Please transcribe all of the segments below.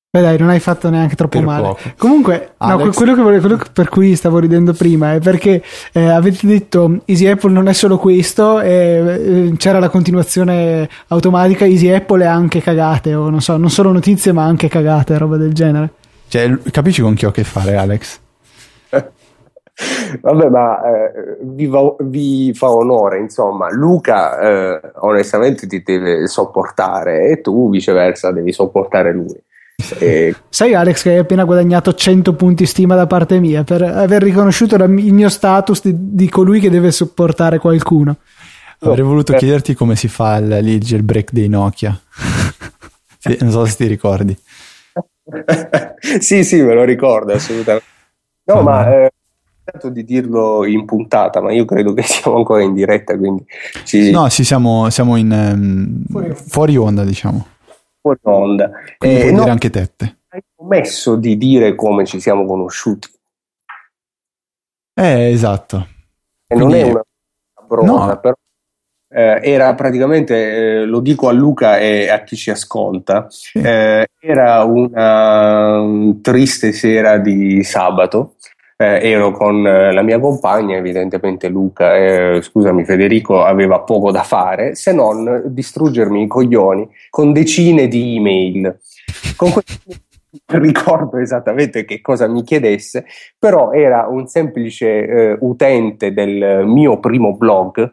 Beh dai, non hai fatto neanche troppo Per male. poco. Comunque, no, Alex? quello per cui stavo ridendo prima è perché avete detto Easy Apple non è solo questo, c'era la continuazione automatica, Easy Apple è anche cagate, o non so, non solo notizie ma anche cagate, roba del genere. Cioè, capisci con chi ho a che fare, Alex? Vabbè, ma vi fa onore, insomma. Luca onestamente ti deve sopportare e tu viceversa devi sopportare lui. Sai Alex che hai appena guadagnato 100 punti stima da parte mia per aver riconosciuto il mio status di colui che deve sopportare qualcuno. Avrei voluto chiederti come si fa il jailbreak dei Nokia. Sì, non so se ti ricordi. Sì, me lo ricordo assolutamente. No, ma tanto di dirlo in puntata, ma io credo che siamo ancora in diretta, quindi no, sì, siamo in fuori onda, diciamo. Fuori onda. Quindi puoi dire anche Tette. Hai omesso di dire come ci siamo conosciuti. Esatto. Quindi, non è una broda, no. però era praticamente, lo dico a Luca e a chi ci ascolta, sì. Era una triste sera di sabato. Ero con la mia compagna, evidentemente Luca, scusami Federico, aveva poco da fare se non distruggermi i coglioni con decine di email. Con ricordo esattamente che cosa mi chiedesse, però era un semplice utente del mio primo blog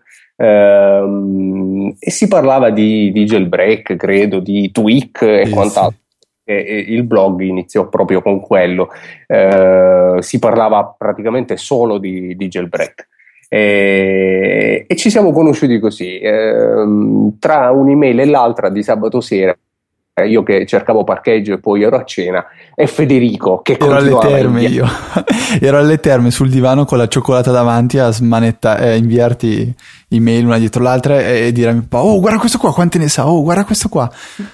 e si parlava di jailbreak, credo, di tweak e quant'altro. Sì. E il blog iniziò proprio con quello, si parlava praticamente solo di jailbreak e ci siamo conosciuti così, tra un'email e l'altra di sabato sera, io che cercavo parcheggio e poi ero a cena e Federico che ero alle continuava terme io ero alle terme sul divano con la cioccolata davanti a inviarti email una dietro l'altra e dire a mio papà: oh guarda questo qua, quante ne sa, oh guarda questo qua.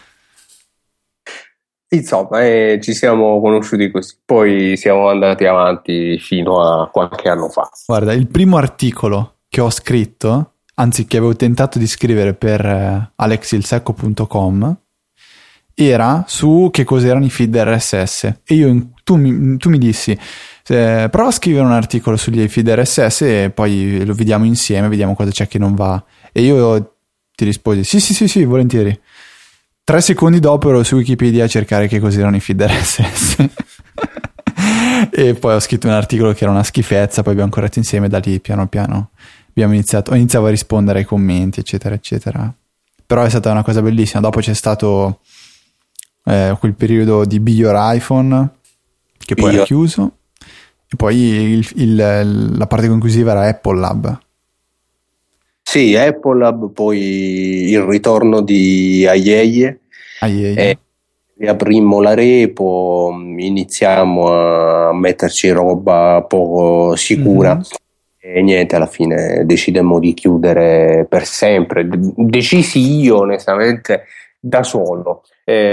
Insomma, ci siamo conosciuti così, poi siamo andati avanti fino a qualche anno fa. Guarda, il primo articolo che ho scritto, anzi che avevo tentato di scrivere per alexilsecco.com, era su che cos'erano i feed RSS e tu mi dissi prova a scrivere un articolo sugli feed RSS e poi lo vediamo insieme, vediamo cosa c'è che non va, e io ti risposi sì, volentieri. 3 secondi dopo ero su Wikipedia a cercare che cos'erano i feed RSS e poi ho scritto un articolo che era una schifezza, poi abbiamo corretto insieme, da lì piano piano iniziavo a rispondere ai commenti eccetera eccetera. Però è stata una cosa bellissima. Dopo c'è stato quel periodo di Be Your iPhone che poi era chiuso, e poi la parte conclusiva era Apple Lab. Sì, Apple Lab, poi il ritorno di Ayeye. Riaprimmo la repo, iniziamo a metterci roba poco sicura. E niente, alla fine decidemmo di chiudere per sempre. Decisi io onestamente da solo.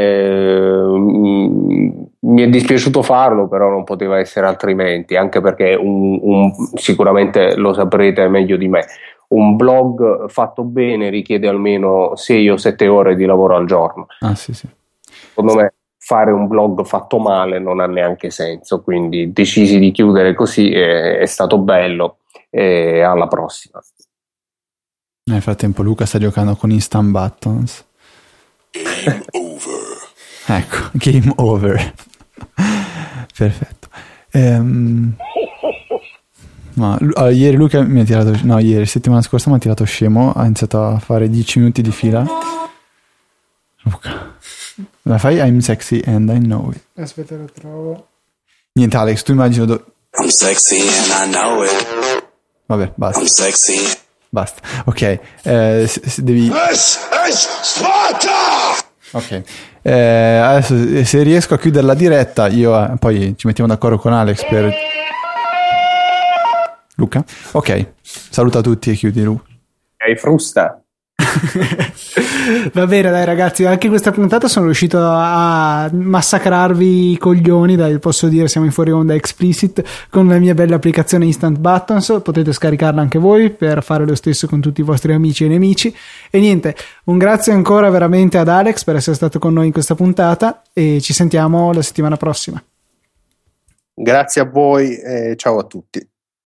Mi è dispiaciuto farlo, però non poteva essere altrimenti, anche perché sicuramente lo saprete meglio di me, un blog fatto bene richiede almeno 6 o 7 ore di lavoro al giorno. Sì. Secondo me fare un blog fatto male non ha neanche senso, quindi decisi di chiudere così, è stato bello, e alla prossima. Nel frattempo Luca sta giocando con Instant Buttons. Game over. Ecco, game over. Perfetto. Ieri Luca mi ha tirato, settimana scorsa mi ha tirato scemo, ha iniziato a fare 10 minuti di fila. Luca, la fai I'm sexy and I know it. Aspetta, lo trovo. Niente Alex, tu immagino I'm sexy and I know it. Vabbè, basta. I'm sexy. Basta, ok. Devi... This is Sparta! Ok, adesso se riesco a chiudere la diretta io poi ci mettiamo d'accordo con Alex per... Luca? Ok, saluta tutti e chiudi Lu. Hai frusta? Va bene, dai ragazzi, anche questa puntata sono riuscito a massacrarvi i coglioni, dai, posso dire, siamo in fuori onda explicit con la mia bella applicazione Instant Buttons. Potete scaricarla anche voi per fare lo stesso con tutti i vostri amici e nemici. E niente, un grazie ancora veramente ad Alex per essere stato con noi in questa puntata e ci sentiamo la settimana prossima. Grazie a voi e ciao a tutti.